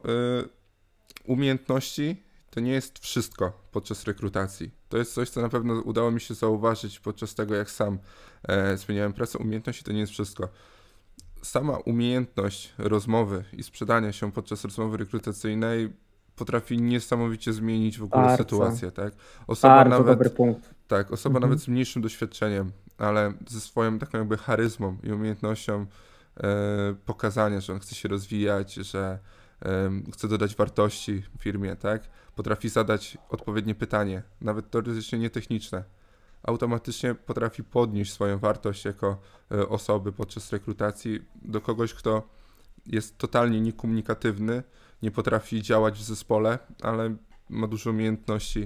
umiejętności to nie jest wszystko podczas rekrutacji. To jest coś, co na pewno udało mi się zauważyć podczas tego, jak sam zmieniałem pracę. Umiejętności to nie jest wszystko. Sama umiejętność rozmowy i sprzedania się podczas rozmowy rekrutacyjnej potrafi niesamowicie zmienić w ogóle sytuację. Tak? Bardzo dobry punkt. Tak, osoba nawet z mniejszym doświadczeniem, ale ze swoją taką jakby charyzmą i umiejętnością pokazania, że on chce się rozwijać, że chce dodać wartości firmie, tak? Potrafi zadać odpowiednie pytanie, nawet teoretycznie nietechniczne. Automatycznie potrafi podnieść swoją wartość jako osoby podczas rekrutacji do kogoś, kto jest totalnie niekomunikatywny, nie potrafi działać w zespole, ale ma dużo umiejętności,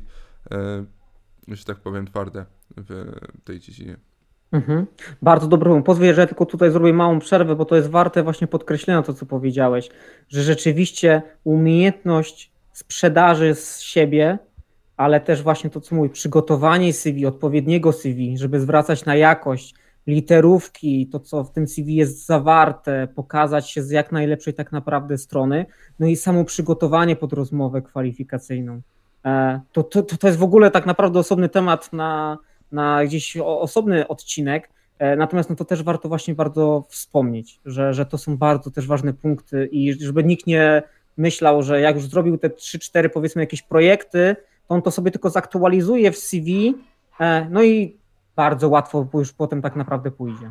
że tak powiem, twarde w tej dziedzinie. Bardzo dobry punkt. Pozwól, że ja tylko tutaj zrobię małą przerwę, bo to jest warte właśnie podkreślenia to, co powiedziałeś, że rzeczywiście umiejętność sprzedaży z siebie, ale też właśnie to, co mówię, przygotowanie CV, odpowiedniego CV, żeby zwracać na jakość, literówki, to, co w tym CV jest zawarte, pokazać się z jak najlepszej tak naprawdę strony, no i samo przygotowanie pod rozmowę kwalifikacyjną. To jest w ogóle tak naprawdę osobny temat na gdzieś osobny odcinek, natomiast no to też warto właśnie bardzo wspomnieć, że to są bardzo też ważne punkty i żeby nikt nie myślał, że jak już zrobił te 3-4 powiedzmy jakieś projekty, to on to sobie tylko zaktualizuje w CV, no i bardzo łatwo już potem tak naprawdę pójdzie.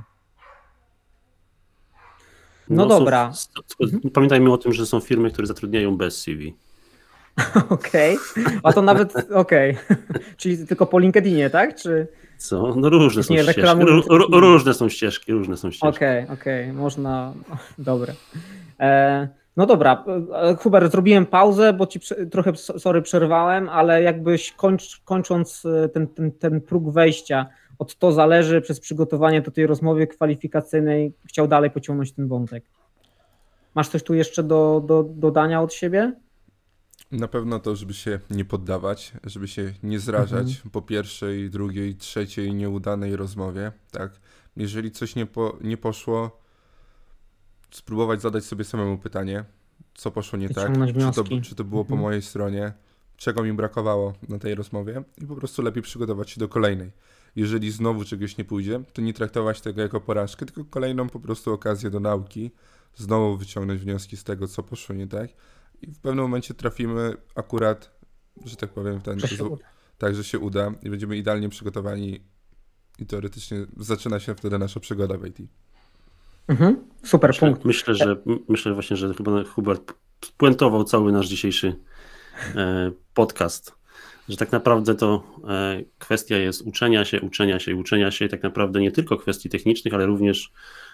No dobra. Pamiętajmy o tym, że są firmy, które zatrudniają bez CV. Okej, a to nawet, czyli tylko po LinkedInie, tak? Czy... Co? No różne są ścieżki. Różne są ścieżki. Okej, można, dobre. No dobra, Hubert, zrobiłem pauzę, bo ci trochę, przerwałem, ale jakbyś kończąc ten próg wejścia, od to zależy przez przygotowanie do tej rozmowy kwalifikacyjnej, chciał dalej pociągnąć ten wątek. Masz coś tu jeszcze do dodania od siebie? Na pewno to, żeby się nie poddawać, żeby się nie zrażać po pierwszej, drugiej, trzeciej nieudanej rozmowie, tak? Jeżeli coś nie poszło, spróbować zadać sobie samemu pytanie, co poszło nie tak, Wyciągnąć wnioski. czy to było po mojej stronie, czego mi brakowało na tej rozmowie i po prostu lepiej przygotować się do kolejnej. Jeżeli znowu czegoś nie pójdzie, to nie traktować tego jako porażkę, tylko kolejną po prostu okazję do nauki, znowu wyciągnąć wnioski z tego, co poszło nie tak i w pewnym momencie trafimy akurat, że tak powiem, w ten tak, że się uda i będziemy idealnie przygotowani i teoretycznie zaczyna się wtedy nasza przygoda w IT. Super punkt. Myślę właśnie, że chyba Hubert puentował cały nasz dzisiejszy podcast, że tak naprawdę to kwestia jest uczenia się i tak naprawdę nie tylko kwestii technicznych, ale również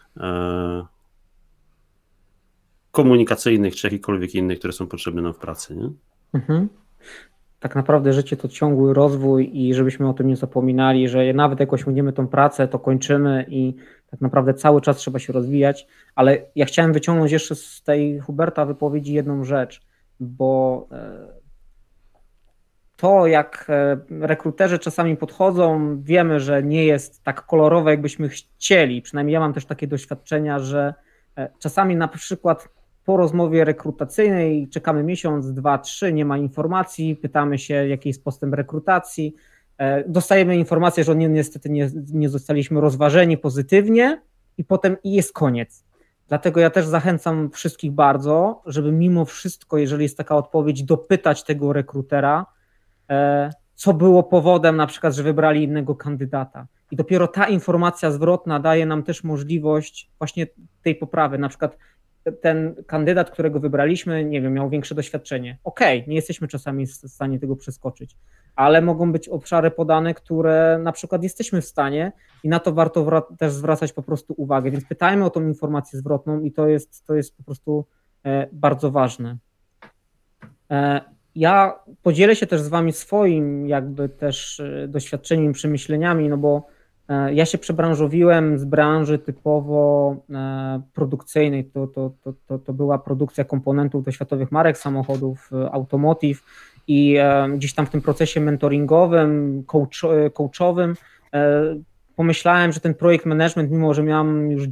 komunikacyjnych czy jakichkolwiek innych, które są potrzebne nam w pracy. Nie? Tak naprawdę życie to ciągły rozwój i żebyśmy o tym nie zapominali, że nawet jak osiągniemy tą pracę, to kończymy i tak naprawdę cały czas trzeba się rozwijać, ale ja chciałem wyciągnąć jeszcze z tej Huberta wypowiedzi jedną rzecz, bo to jak rekruterzy czasami podchodzą, wiemy, że nie jest tak kolorowe, jakbyśmy chcieli, przynajmniej ja mam też takie doświadczenia, że czasami na przykład po rozmowie rekrutacyjnej czekamy miesiąc, 2, 3, nie ma informacji, pytamy się, jaki jest postęp rekrutacji, dostajemy informację, że niestety nie zostaliśmy rozważeni pozytywnie i potem jest koniec. Dlatego ja też zachęcam wszystkich bardzo, żeby mimo wszystko, jeżeli jest taka odpowiedź, dopytać tego rekrutera, co było powodem na przykład, że wybrali innego kandydata. I dopiero ta informacja zwrotna daje nam też możliwość właśnie tej poprawy. Na przykład ten kandydat, którego wybraliśmy, nie wiem, miał większe doświadczenie. Okej, nie jesteśmy czasami w stanie tego przeskoczyć, ale mogą być obszary podane, które na przykład jesteśmy w stanie i na to warto też zwracać po prostu uwagę. Więc pytajmy o tą informację zwrotną i to jest po prostu bardzo ważne. Ja podzielę się też z wami swoim jakby też doświadczeniem i przemyśleniami, no bo ja się przebranżowiłem z branży typowo produkcyjnej, to była produkcja komponentów do światowych marek samochodów, automotive i gdzieś tam w tym procesie mentoringowym, coachowym pomyślałem, że ten projekt management, mimo że miałem już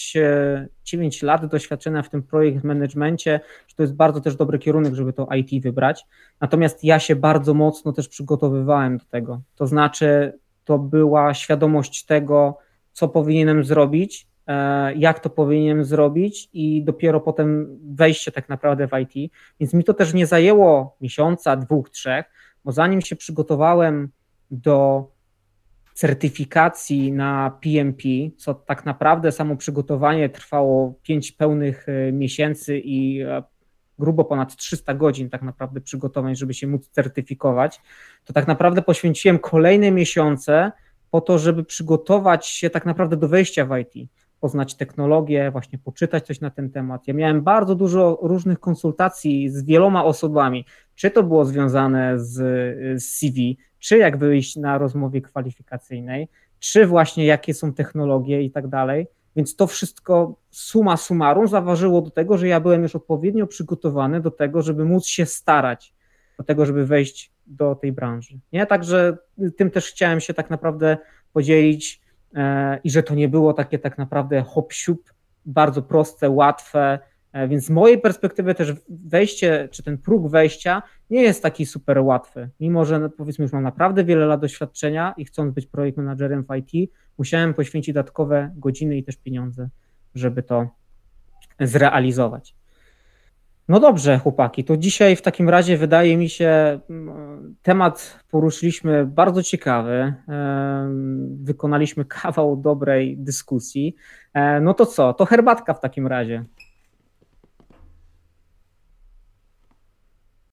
9 lat doświadczenia w tym projekt managemencie, że to jest bardzo też dobry kierunek, żeby to IT wybrać. Natomiast ja się bardzo mocno też przygotowywałem do tego. To znaczy, to była świadomość tego, co powinienem zrobić, jak to powinienem zrobić i dopiero potem wejście tak naprawdę w IT. Więc mi to też nie zajęło miesiąca, 2, 3, bo zanim się przygotowałem do certyfikacji na PMP, co tak naprawdę samo przygotowanie trwało 5 pełnych miesięcy i grubo ponad 300 godzin tak naprawdę przygotowań, żeby się móc certyfikować, to tak naprawdę poświęciłem kolejne miesiące po to, żeby przygotować się tak naprawdę do wejścia w IT, poznać technologię, właśnie poczytać coś na ten temat. Ja miałem bardzo dużo różnych konsultacji z wieloma osobami, czy to było związane z CV, czy jak wyjść na rozmowie kwalifikacyjnej, czy właśnie jakie są technologie i tak dalej. Więc to wszystko summa summarum zaważyło do tego, że ja byłem już odpowiednio przygotowany do tego, żeby móc się starać, do tego, żeby wejść do tej branży. Nie? Także tym też chciałem się tak naprawdę podzielić i że to nie było takie tak naprawdę hop-siup, bardzo proste, łatwe, więc z mojej perspektywy też wejście, czy ten próg wejścia nie jest taki super łatwy, mimo że powiedzmy już mam naprawdę wiele lat doświadczenia i chcąc być projekt managerem w IT, musiałem poświęcić dodatkowe godziny i też pieniądze, żeby to zrealizować. No dobrze, chłopaki, to dzisiaj w takim razie wydaje mi się temat poruszyliśmy bardzo ciekawy, wykonaliśmy kawał dobrej dyskusji. No to co, to herbatka w takim razie.